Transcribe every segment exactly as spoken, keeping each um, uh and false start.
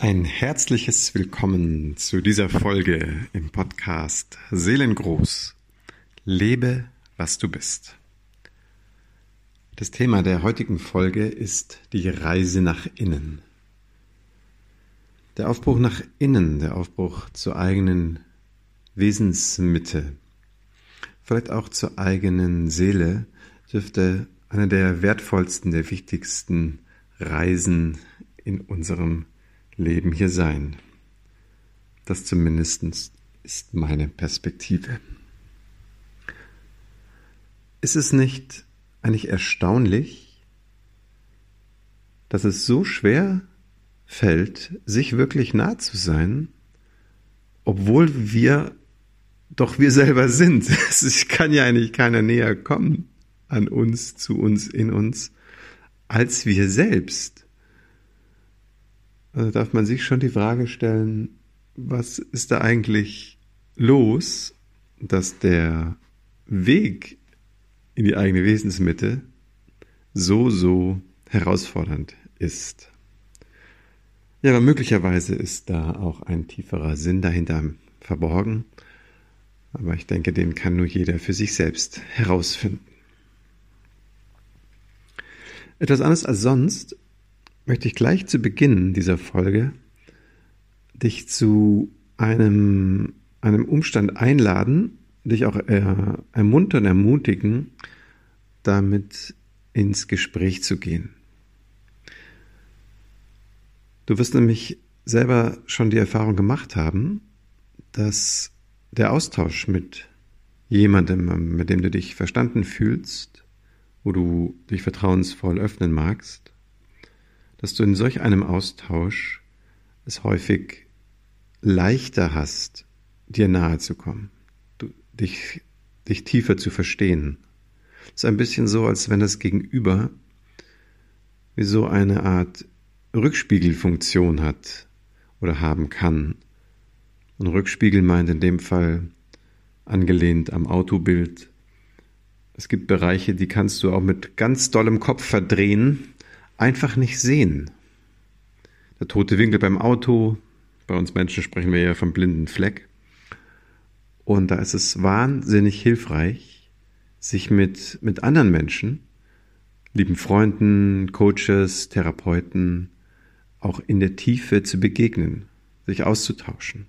Ein herzliches Willkommen zu dieser Folge im Podcast Seelengroß. Lebe, was du bist. Das Thema der heutigen Folge ist die Reise nach innen. Der Aufbruch nach innen, der Aufbruch zur eigenen Wesensmitte, vielleicht auch zur eigenen Seele, dürfte eine der wertvollsten, der wichtigsten Reisen in unserem Leben hier sein. Das zumindest ist meine Perspektive. Ist es nicht eigentlich erstaunlich, dass es so schwer fällt, sich wirklich nah zu sein, obwohl wir doch wir selber sind? Es kann ja eigentlich keiner näher kommen an uns, zu uns, in uns, als wir selbst. Also darf man sich schon die Frage stellen, was ist da eigentlich los, dass der Weg in die eigene Wesensmitte so, so herausfordernd ist. Ja, aber möglicherweise ist da auch ein tieferer Sinn dahinter verborgen, aber ich denke, den kann nur jeder für sich selbst herausfinden. Etwas anderes als sonst möchte ich gleich zu Beginn dieser Folge dich zu einem, einem Umstand einladen, dich auch er, ermuntern, ermutigen, damit ins Gespräch zu gehen. Du wirst nämlich selber schon die Erfahrung gemacht haben, dass der Austausch mit jemandem, mit dem du dich verstanden fühlst, wo du dich vertrauensvoll öffnen magst, dass du in solch einem Austausch es häufig leichter hast, dir nahe zu kommen, du, dich, dich tiefer zu verstehen. Es ist ein bisschen so, als wenn das Gegenüber wie so eine Art Rückspiegelfunktion hat oder haben kann. Ein Rückspiegel meint in dem Fall angelehnt am Autobild. Es gibt Bereiche, die kannst du auch mit ganz dollem Kopf verdrehen, einfach nicht sehen. Der tote Winkel beim Auto, bei uns Menschen sprechen wir ja vom blinden Fleck. Und da ist es wahnsinnig hilfreich, sich mit, mit anderen Menschen, lieben Freunden, Coaches, Therapeuten, auch in der Tiefe zu begegnen, sich auszutauschen.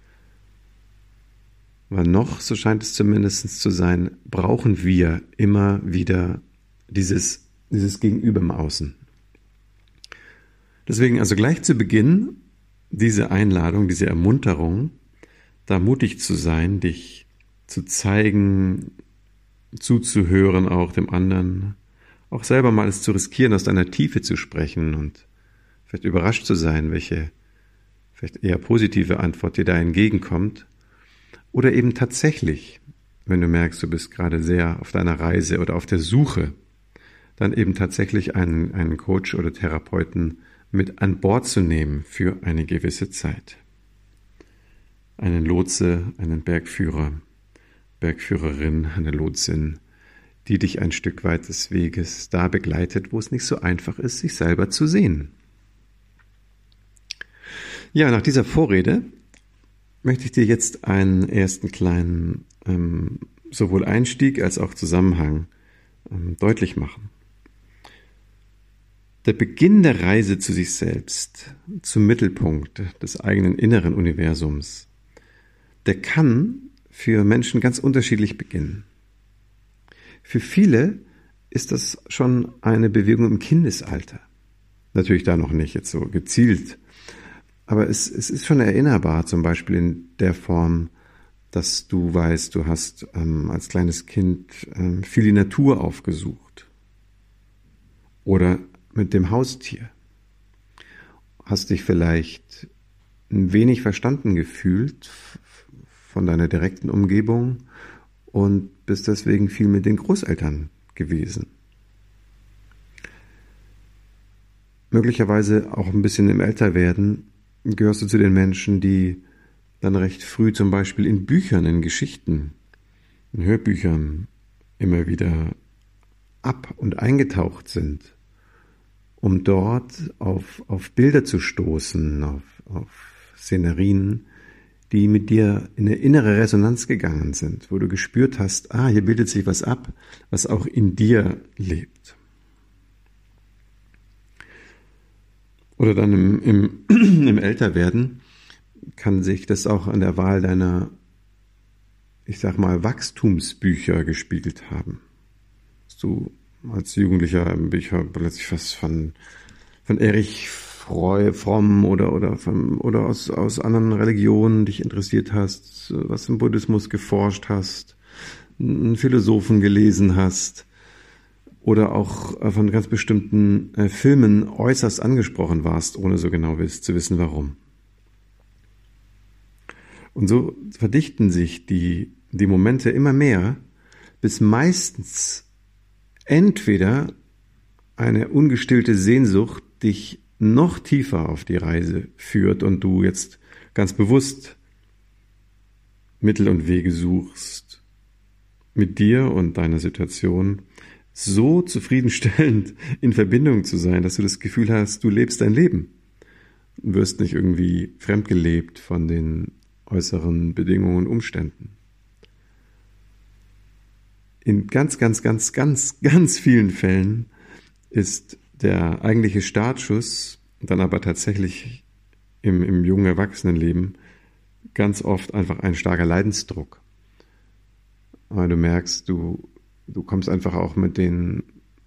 Weil noch, so scheint es zumindest zu sein, brauchen wir immer wieder dieses, dieses Gegenüber im Außen. Deswegen also gleich zu Beginn diese Einladung, diese Ermunterung, da mutig zu sein, dich zu zeigen, zuzuhören auch dem anderen, auch selber mal es zu riskieren, aus deiner Tiefe zu sprechen und vielleicht überrascht zu sein, welche vielleicht eher positive Antwort dir da entgegenkommt. Oder eben tatsächlich, wenn du merkst, du bist gerade sehr auf deiner Reise oder auf der Suche, dann eben tatsächlich einen, einen Coach oder Therapeuten mit an Bord zu nehmen für eine gewisse Zeit. Einen Lotse, einen Bergführer, Bergführerin, eine Lotsin, die dich ein Stück weit des Weges da begleitet, wo es nicht so einfach ist, sich selber zu sehen. Ja, nach dieser Vorrede möchte ich dir jetzt einen ersten kleinen ähm, sowohl Einstieg als auch Zusammenhang ähm, deutlich machen. Der Beginn der Reise zu sich selbst, zum Mittelpunkt des eigenen inneren Universums, der kann für Menschen ganz unterschiedlich beginnen. Für viele ist das schon eine Bewegung im Kindesalter. Natürlich da noch nicht jetzt so gezielt, aber es, es ist schon erinnerbar, zum Beispiel in der Form, dass du weißt, du hast ähm, als kleines Kind ähm, viel die Natur aufgesucht. Oder mit dem Haustier. Hast dich vielleicht ein wenig verstanden gefühlt von deiner direkten Umgebung und bist deswegen viel mit den Großeltern gewesen. Möglicherweise auch ein bisschen im Älterwerden gehörst du zu den Menschen, die dann recht früh zum Beispiel in Büchern, in Geschichten, in Hörbüchern immer wieder ab- und eingetaucht sind, um dort auf, auf Bilder zu stoßen, auf auf Szenerien, die mit dir in eine innere Resonanz gegangen sind, wo du gespürt hast, ah, hier bildet sich was ab, was auch in dir lebt. Oder dann im, im, im Älterwerden kann sich das auch an der Wahl deiner, ich sag mal, Wachstumsbücher gespiegelt haben. Dass du als Jugendlicher Bücher plötzlich was von, von Erich Fromm oder, oder, von, oder aus, aus anderen Religionen dich interessiert hast, was im Buddhismus geforscht hast, einen Philosophen gelesen hast oder auch von ganz bestimmten äh, Filmen äußerst angesprochen warst, ohne so genau zu wissen, warum. Und so verdichten sich die, die Momente immer mehr, bis meistens entweder eine ungestillte Sehnsucht dich noch tiefer auf die Reise führt und du jetzt ganz bewusst Mittel und Wege suchst, mit dir und deiner Situation so zufriedenstellend in Verbindung zu sein, dass du das Gefühl hast, du lebst dein Leben. Du wirst nicht irgendwie fremdgelebt von den äußeren Bedingungen und Umständen. In ganz, ganz, ganz, ganz, ganz vielen Fällen ist der eigentliche Startschuss, dann aber tatsächlich im, im jungen Erwachsenenleben ganz oft einfach ein starker Leidensdruck. Weil du merkst, du, du kommst einfach auch mit den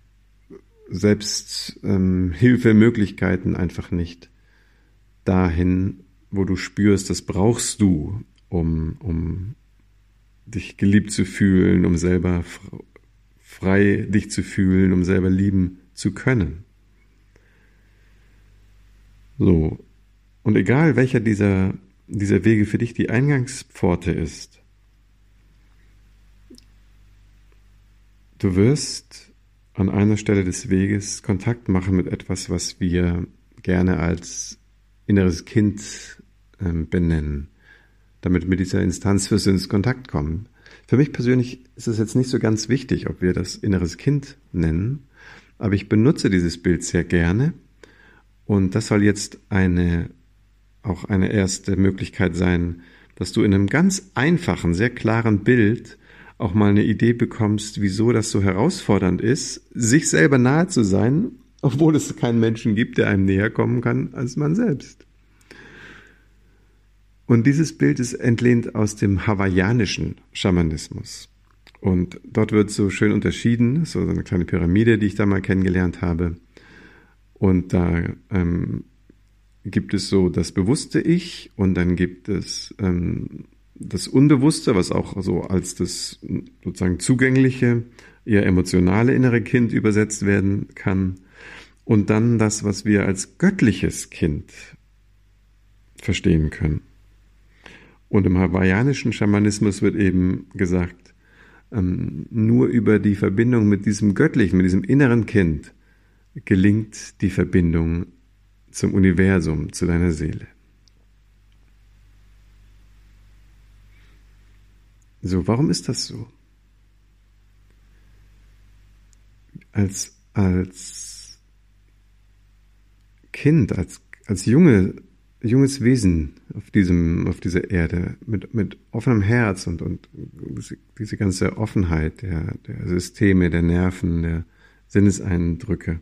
Selbsthilfemöglichkeiten ähm, einfach nicht dahin, wo du spürst, das brauchst du, um, um dich geliebt zu fühlen, um selber frei dich zu fühlen, um selber lieben zu können. So. Und egal welcher dieser, dieser Wege für dich die Eingangspforte ist, du wirst an einer Stelle des Weges Kontakt machen mit etwas, was wir gerne als inneres Kind äh, benennen, damit mit dieser Instanz wirst du ins Kontakt kommen. Für mich persönlich ist es jetzt nicht so ganz wichtig, ob wir das inneres Kind nennen, aber ich benutze dieses Bild sehr gerne und das soll jetzt eine, auch eine erste Möglichkeit sein, dass du in einem ganz einfachen, sehr klaren Bild auch mal eine Idee bekommst, wieso das so herausfordernd ist, sich selber nahe zu sein, obwohl es keinen Menschen gibt, der einem näher kommen kann als man selbst. Und dieses Bild ist entlehnt aus dem hawaiianischen Schamanismus. Und dort wird so schön unterschieden, so eine kleine Pyramide, die ich da mal kennengelernt habe. Und da ähm, gibt es so das bewusste Ich und dann gibt es ähm, das Unbewusste, was auch so als das sozusagen zugängliche, eher emotionale innere Kind übersetzt werden kann. Und dann das, was wir als göttliches Kind verstehen können. Und im hawaiianischen Schamanismus wird eben gesagt, ähm, nur über die Verbindung mit diesem Göttlichen, mit diesem inneren Kind gelingt die Verbindung zum Universum, zu deiner Seele. So, warum ist das so? Als, als Kind, als, als junge, junges Wesen auf diesem, auf dieser Erde, mit, mit offenem Herz und, und diese ganze Offenheit der, der Systeme, der Nerven, der Sinneseindrücke,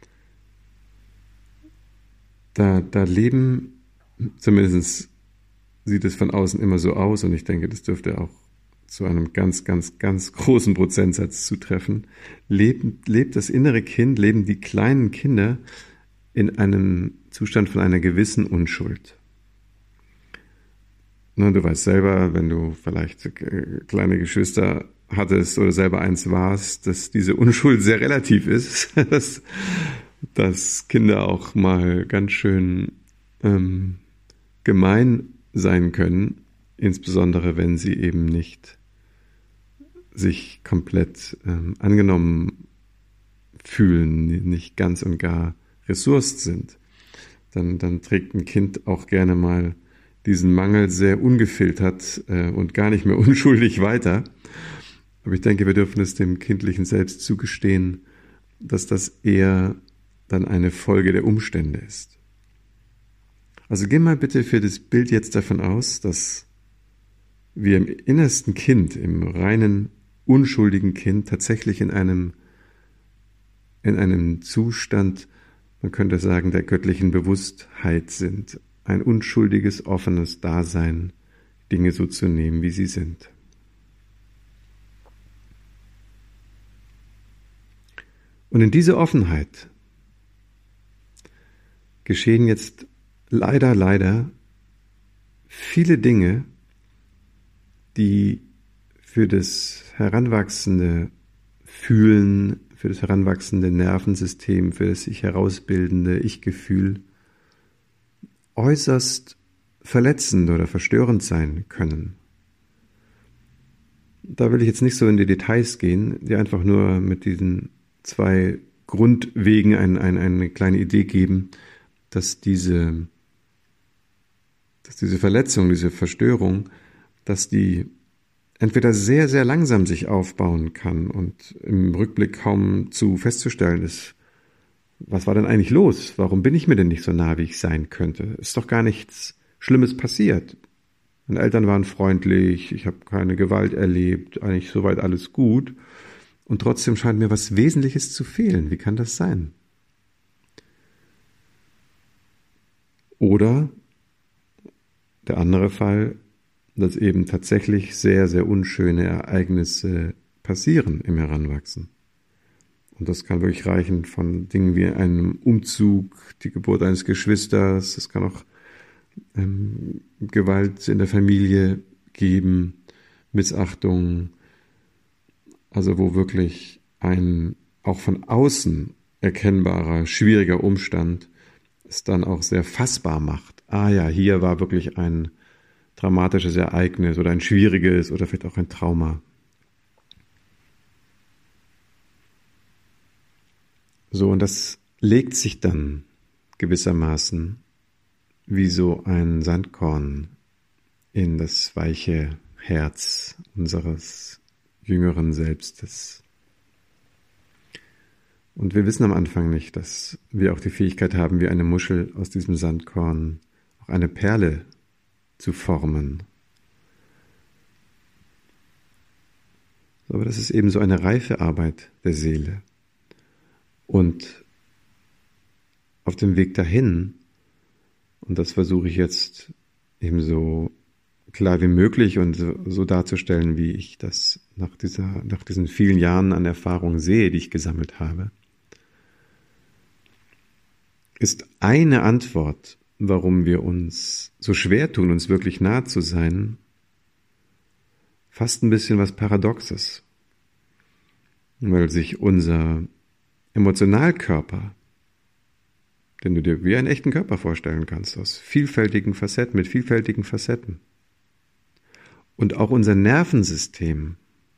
da, da leben, zumindest sieht es von außen immer so aus und ich denke, das dürfte auch zu einem ganz, ganz, ganz großen Prozentsatz zutreffen, lebt, lebt das innere Kind, leben die kleinen Kinder in einem Zustand von einer gewissen Unschuld. Na, du weißt selber, wenn du vielleicht kleine Geschwister hattest oder selber eins warst, dass diese Unschuld sehr relativ ist, dass, dass Kinder auch mal ganz schön ähm, gemein sein können, insbesondere wenn sie eben nicht sich komplett ähm, angenommen fühlen, nicht ganz und gar ressourced sind. Dann, dann trägt ein Kind auch gerne mal diesen Mangel sehr ungefiltert äh, und gar nicht mehr unschuldig weiter. Aber ich denke, wir dürfen es dem kindlichen Selbst zugestehen, dass das eher dann eine Folge der Umstände ist. Also geh mal bitte für das Bild jetzt davon aus, dass wir im innersten Kind, im reinen, unschuldigen Kind tatsächlich in einem, in einem Zustand, man könnte sagen, der göttlichen Bewusstheit sind. Ein unschuldiges, offenes Dasein, Dinge so zu nehmen, wie sie sind. Und in dieser Offenheit geschehen jetzt leider, leider viele Dinge, die für das heranwachsende Fühlen, für das heranwachsende Nervensystem, für das sich herausbildende Ich-Gefühl äußerst verletzend oder verstörend sein können. Da will ich jetzt nicht so in die Details gehen, die einfach nur mit diesen zwei Grundwegen ein, ein, eine kleine Idee geben, dass diese, dass diese Verletzung, diese Verstörung, dass die entweder sehr, sehr langsam sich aufbauen kann und im Rückblick kaum zu festzustellen ist, was war denn eigentlich los? Warum bin ich mir denn nicht so nah, wie ich sein könnte? Ist doch gar nichts Schlimmes passiert. Meine Eltern waren freundlich, ich habe keine Gewalt erlebt, eigentlich soweit alles gut. Und trotzdem scheint mir was Wesentliches zu fehlen. Wie kann das sein? Oder der andere Fall, dass eben tatsächlich sehr, sehr unschöne Ereignisse passieren im Heranwachsen. Und das kann wirklich reichen von Dingen wie einem Umzug, die Geburt eines Geschwisters, es kann auch ähm, Gewalt in der Familie geben, Missachtung, also wo wirklich ein auch von außen erkennbarer, schwieriger Umstand es dann auch sehr fassbar macht. Ah ja, hier war wirklich ein dramatisches Ereignis oder ein schwieriges oder vielleicht auch ein Trauma. So, und das legt sich dann gewissermaßen wie so ein Sandkorn in das weiche Herz unseres jüngeren Selbstes. Und wir wissen am Anfang nicht, dass wir auch die Fähigkeit haben, wie eine Muschel aus diesem Sandkorn auch eine Perle zu formen. Aber das ist eben so eine reife Arbeit der Seele. Und auf dem Weg dahin, und das versuche ich jetzt eben so klar wie möglich und so, so darzustellen, wie ich das nach dieser, nach diesen vielen Jahren an Erfahrung sehe, die ich gesammelt habe, ist eine Antwort, warum wir uns so schwer tun, uns wirklich nah zu sein, fast ein bisschen was Paradoxes. Weil sich unser Emotionalkörper, den du dir wie einen echten Körper vorstellen kannst, aus vielfältigen Facetten, mit vielfältigen Facetten. Und auch unser Nervensystem,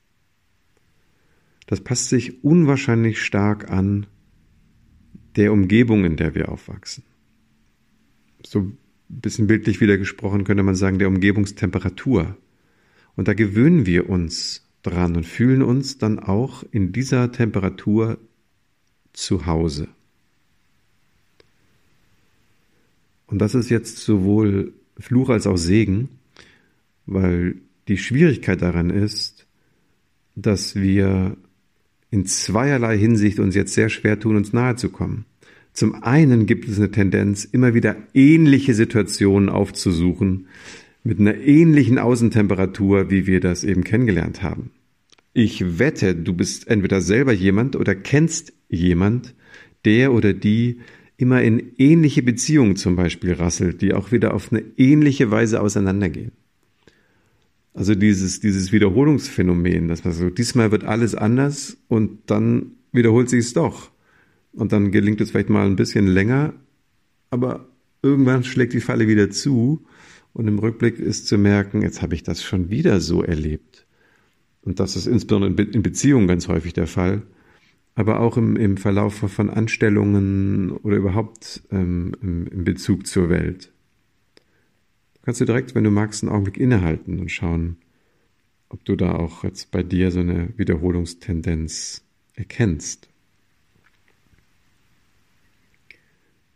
das passt sich unwahrscheinlich stark an der Umgebung, in der wir aufwachsen. So ein bisschen bildlich wieder gesprochen könnte man sagen, der Umgebungstemperatur. Und da gewöhnen wir uns dran und fühlen uns dann auch in dieser Temperatur zu Hause. Und das ist jetzt sowohl Fluch als auch Segen, weil die Schwierigkeit daran ist, dass wir in zweierlei Hinsicht uns jetzt sehr schwer tun, uns nahe zu kommen. Zum einen gibt es eine Tendenz, immer wieder ähnliche Situationen aufzusuchen, mit einer ähnlichen Außentemperatur, wie wir das eben kennengelernt haben. Ich wette, du bist entweder selber jemand oder kennst jemand, der oder die immer in ähnliche Beziehungen zum Beispiel rasselt, die auch wieder auf eine ähnliche Weise auseinandergehen. Also dieses, dieses Wiederholungsphänomen, dass man so, diesmal wird alles anders und dann wiederholt sich es doch. Und dann gelingt es vielleicht mal ein bisschen länger, aber irgendwann schlägt die Falle wieder zu und im Rückblick ist zu merken, jetzt habe ich das schon wieder so erlebt. Und das ist insbesondere in Beziehungen ganz häufig der Fall, aber auch im, im Verlauf von Anstellungen oder überhaupt ähm, im, im Bezug zur Welt. Du kannst du direkt, wenn du magst, einen Augenblick innehalten und schauen, ob du da auch jetzt bei dir so eine Wiederholungstendenz erkennst.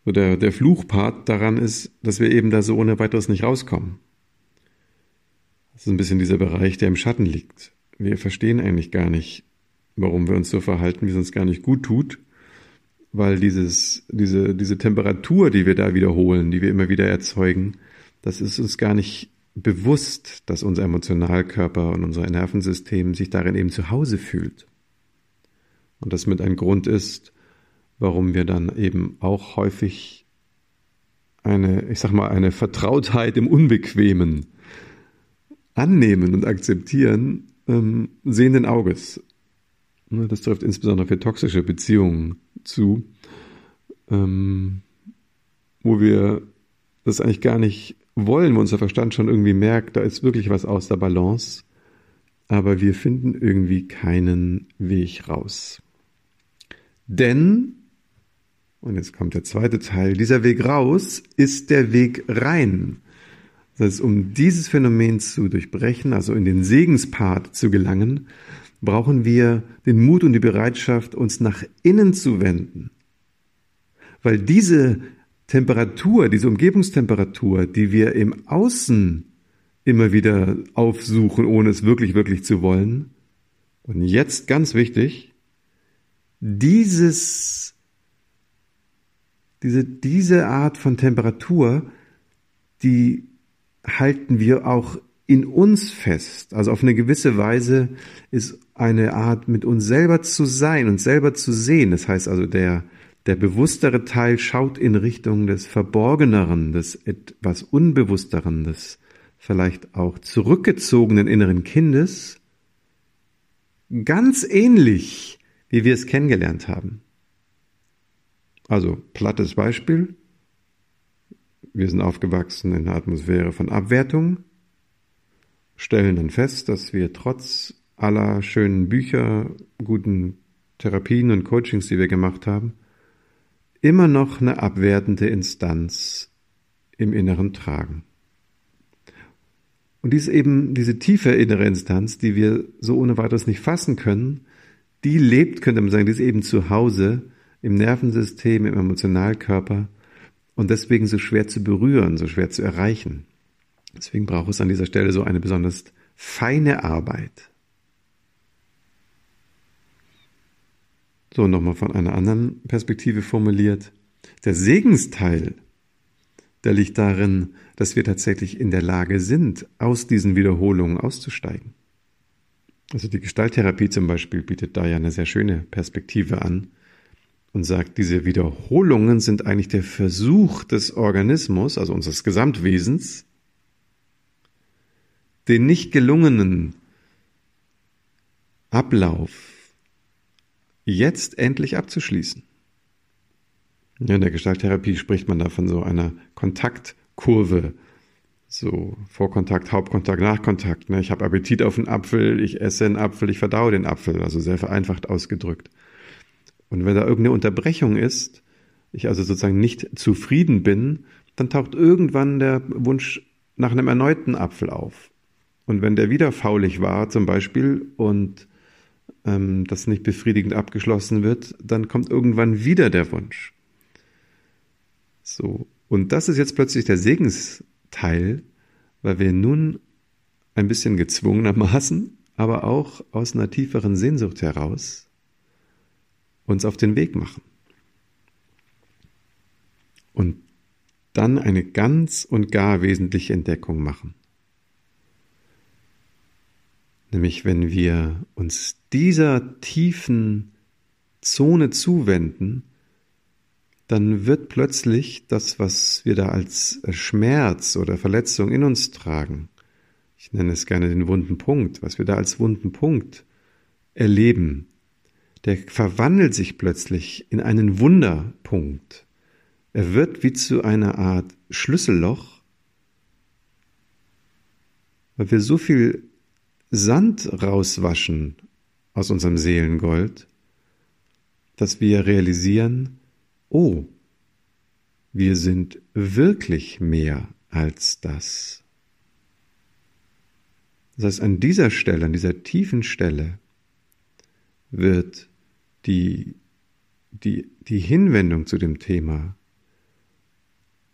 So der, der Fluchpart daran ist, dass wir eben da so ohne weiteres nicht rauskommen. Das ist ein bisschen dieser Bereich, der im Schatten liegt. Wir verstehen eigentlich gar nicht, warum wir uns so verhalten, wie es uns gar nicht gut tut, weil dieses, diese, diese Temperatur, die wir da wiederholen, die wir immer wieder erzeugen, das ist uns gar nicht bewusst, dass unser Emotionalkörper und unser Nervensystem sich darin eben zu Hause fühlt. Und das mit ein Grund ist, warum wir dann eben auch häufig eine, ich sag mal, eine Vertrautheit im Unbequemen annehmen und akzeptieren, ähm, sehenden Auges. Das trifft insbesondere für toxische Beziehungen zu, ähm, wo wir das eigentlich gar nicht wollen, wo unser Verstand schon irgendwie merkt, da ist wirklich was aus der Balance, aber wir finden irgendwie keinen Weg raus. Denn, und jetzt kommt der zweite Teil, dieser Weg raus ist der Weg rein. Das heißt, um dieses Phänomen zu durchbrechen, also in den Segenspart zu gelangen, brauchen wir den Mut und die Bereitschaft, uns nach innen zu wenden. Weil diese Temperatur, diese Umgebungstemperatur, die wir im Außen immer wieder aufsuchen, ohne es wirklich, wirklich zu wollen, und jetzt ganz wichtig, dieses, diese, diese Art von Temperatur, die halten wir auch in uns fest. Also auf eine gewisse Weise ist eine Art, mit uns selber zu sein und selber zu sehen. Das heißt also, der, der bewusstere Teil schaut in Richtung des Verborgeneren, des etwas Unbewussteren, des vielleicht auch zurückgezogenen inneren Kindes, ganz ähnlich, wie wir es kennengelernt haben. Also, plattes Beispiel. Wir sind aufgewachsen in einer Atmosphäre von Abwertung, stellen dann fest, dass wir trotz aller schönen Bücher, guten Therapien und Coachings, die wir gemacht haben, immer noch eine abwertende Instanz im Inneren tragen. Und dies eben, diese tiefe innere Instanz, die wir so ohne weiteres nicht fassen können, die lebt, könnte man sagen, die ist eben zu Hause im Nervensystem, im Emotionalkörper und deswegen so schwer zu berühren, so schwer zu erreichen. Deswegen braucht es an dieser Stelle so eine besonders feine Arbeit. So, nochmal von einer anderen Perspektive formuliert. Der Segensteil, der liegt darin, dass wir tatsächlich in der Lage sind, aus diesen Wiederholungen auszusteigen. Also die Gestalttherapie zum Beispiel bietet da ja eine sehr schöne Perspektive an und sagt, diese Wiederholungen sind eigentlich der Versuch des Organismus, also unseres Gesamtwesens, den nicht gelungenen Ablauf jetzt endlich abzuschließen. Ja, in der Gestalttherapie spricht man da von so einer Kontaktkurve, so Vorkontakt, Hauptkontakt, Nachkontakt. Ne? Ich habe Appetit auf einen Apfel, ich esse einen Apfel, ich verdaue den Apfel, also sehr vereinfacht ausgedrückt. Und wenn da irgendeine Unterbrechung ist, ich also sozusagen nicht zufrieden bin, dann taucht irgendwann der Wunsch nach einem erneuten Apfel auf. Und wenn der wieder faulig war zum Beispiel und ähm, das nicht befriedigend abgeschlossen wird, dann kommt irgendwann wieder der Wunsch. So, und das ist jetzt plötzlich der Segensteil, weil wir nun ein bisschen gezwungenermaßen, aber auch aus einer tieferen Sehnsucht heraus uns auf den Weg machen. Und dann eine ganz und gar wesentliche Entdeckung machen. Nämlich, wenn wir uns dieser tiefen Zone zuwenden, dann wird plötzlich das, was wir da als Schmerz oder Verletzung in uns tragen, ich nenne es gerne den wunden Punkt, was wir da als wunden Punkt erleben, der verwandelt sich plötzlich in einen Wunderpunkt. Er wird wie zu einer Art Schlüsselloch, weil wir so viel Sand rauswaschen aus unserem Seelengold, dass wir realisieren, oh, wir sind wirklich mehr als das. Das heißt, an dieser Stelle, an dieser tiefen Stelle wird die, die, die Hinwendung zu dem Thema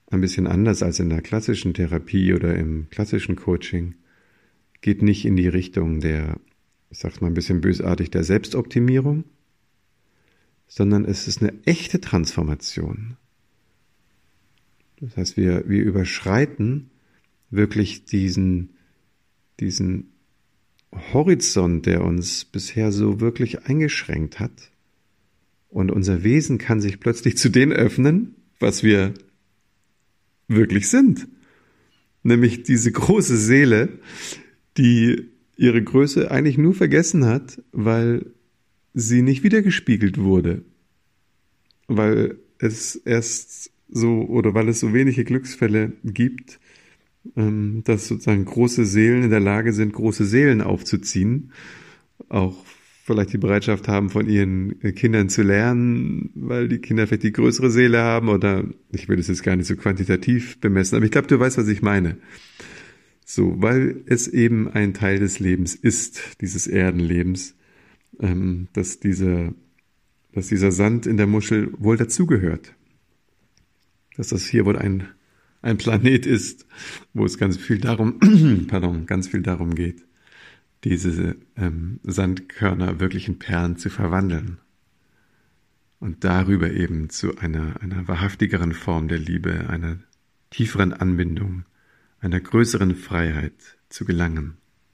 ein bisschen anders als in der klassischen Therapie oder im klassischen Coaching, geht nicht in die Richtung der, ich sag's mal ein bisschen bösartig, der Selbstoptimierung, sondern es ist eine echte Transformation. Das heißt, wir, wir überschreiten wirklich diesen, diesen Horizont, der uns bisher so wirklich eingeschränkt hat. Und unser Wesen kann sich plötzlich zu dem öffnen, was wir wirklich sind. Nämlich diese große Seele, die ihre Größe eigentlich nur vergessen hat, weil sie nicht wiedergespiegelt wurde. Weil es erst so, oder weil es so wenige Glücksfälle gibt, dass sozusagen große Seelen in der Lage sind, große Seelen aufzuziehen. Auch vielleicht die Bereitschaft haben, von ihren Kindern zu lernen, weil die Kinder vielleicht die größere Seele haben, oder ich will das jetzt gar nicht so quantitativ bemessen, aber ich glaube, du weißt, was ich meine. So, weil es eben ein Teil des Lebens ist, dieses Erdenlebens, ähm, dass dieser, dass dieser Sand in der Muschel wohl dazugehört. Dass das hier wohl ein, ein Planet ist, wo es ganz viel darum, pardon, ganz viel darum geht, diese ähm, Sandkörner wirklich in Perlen zu verwandeln und darüber eben zu einer, einer wahrhaftigeren Form der Liebe, einer tieferen Anbindung, einer größeren Freiheit zu gelangen.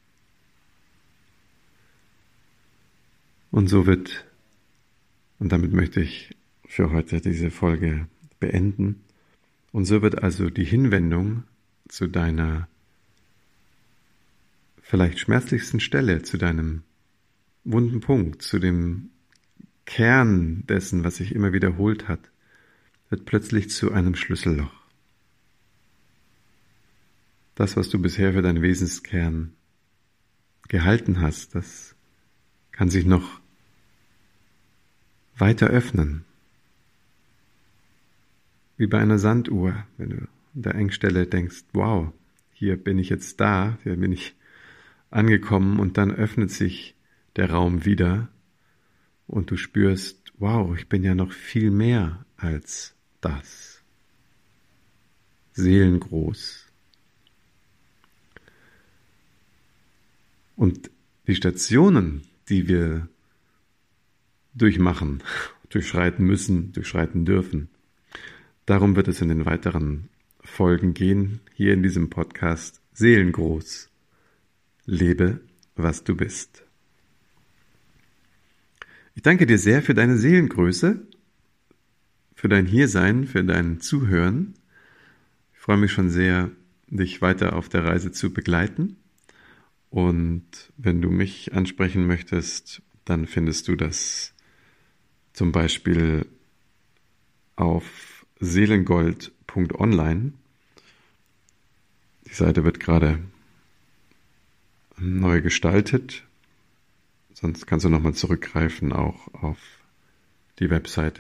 Und so wird, und damit möchte ich für heute diese Folge beenden, und so wird also die Hinwendung zu deiner vielleicht schmerzlichsten Stelle, zu deinem wunden Punkt, zu dem Kern dessen, was sich immer wiederholt hat, wird plötzlich zu einem Schlüsselloch. Das, was du bisher für deinen Wesenskern gehalten hast, das kann sich noch weiter öffnen. Wie bei einer Sanduhr, wenn du an der Engstelle denkst, wow, hier bin ich jetzt da, hier bin ich angekommen, und dann öffnet sich der Raum wieder und du spürst, wow, ich bin ja noch viel mehr als das. Seelengroß. Und die Stationen, die wir durchmachen, durchschreiten müssen, durchschreiten dürfen, darum wird es in den weiteren Folgen gehen, hier in diesem Podcast Seelengroß. Lebe, was du bist. Ich danke dir sehr für deine Seelengröße, für dein Hiersein, für dein Zuhören. Ich freue mich schon sehr, dich weiter auf der Reise zu begleiten. Und wenn du mich ansprechen möchtest, dann findest du das zum Beispiel auf seelengold punkt online. Die Seite wird gerade neu gestaltet. Sonst kannst du nochmal zurückgreifen auch auf die Webseite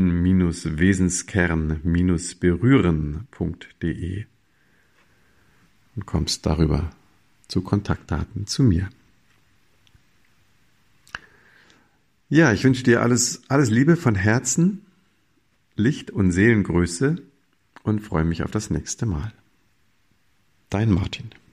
meinen-wesenskern-berühren punkt de und kommst darüber zu Kontaktdaten zu mir. Ja, ich wünsche dir alles, alles Liebe von Herzen, Licht und Seelengröße und freue mich auf das nächste Mal. Dein Martin.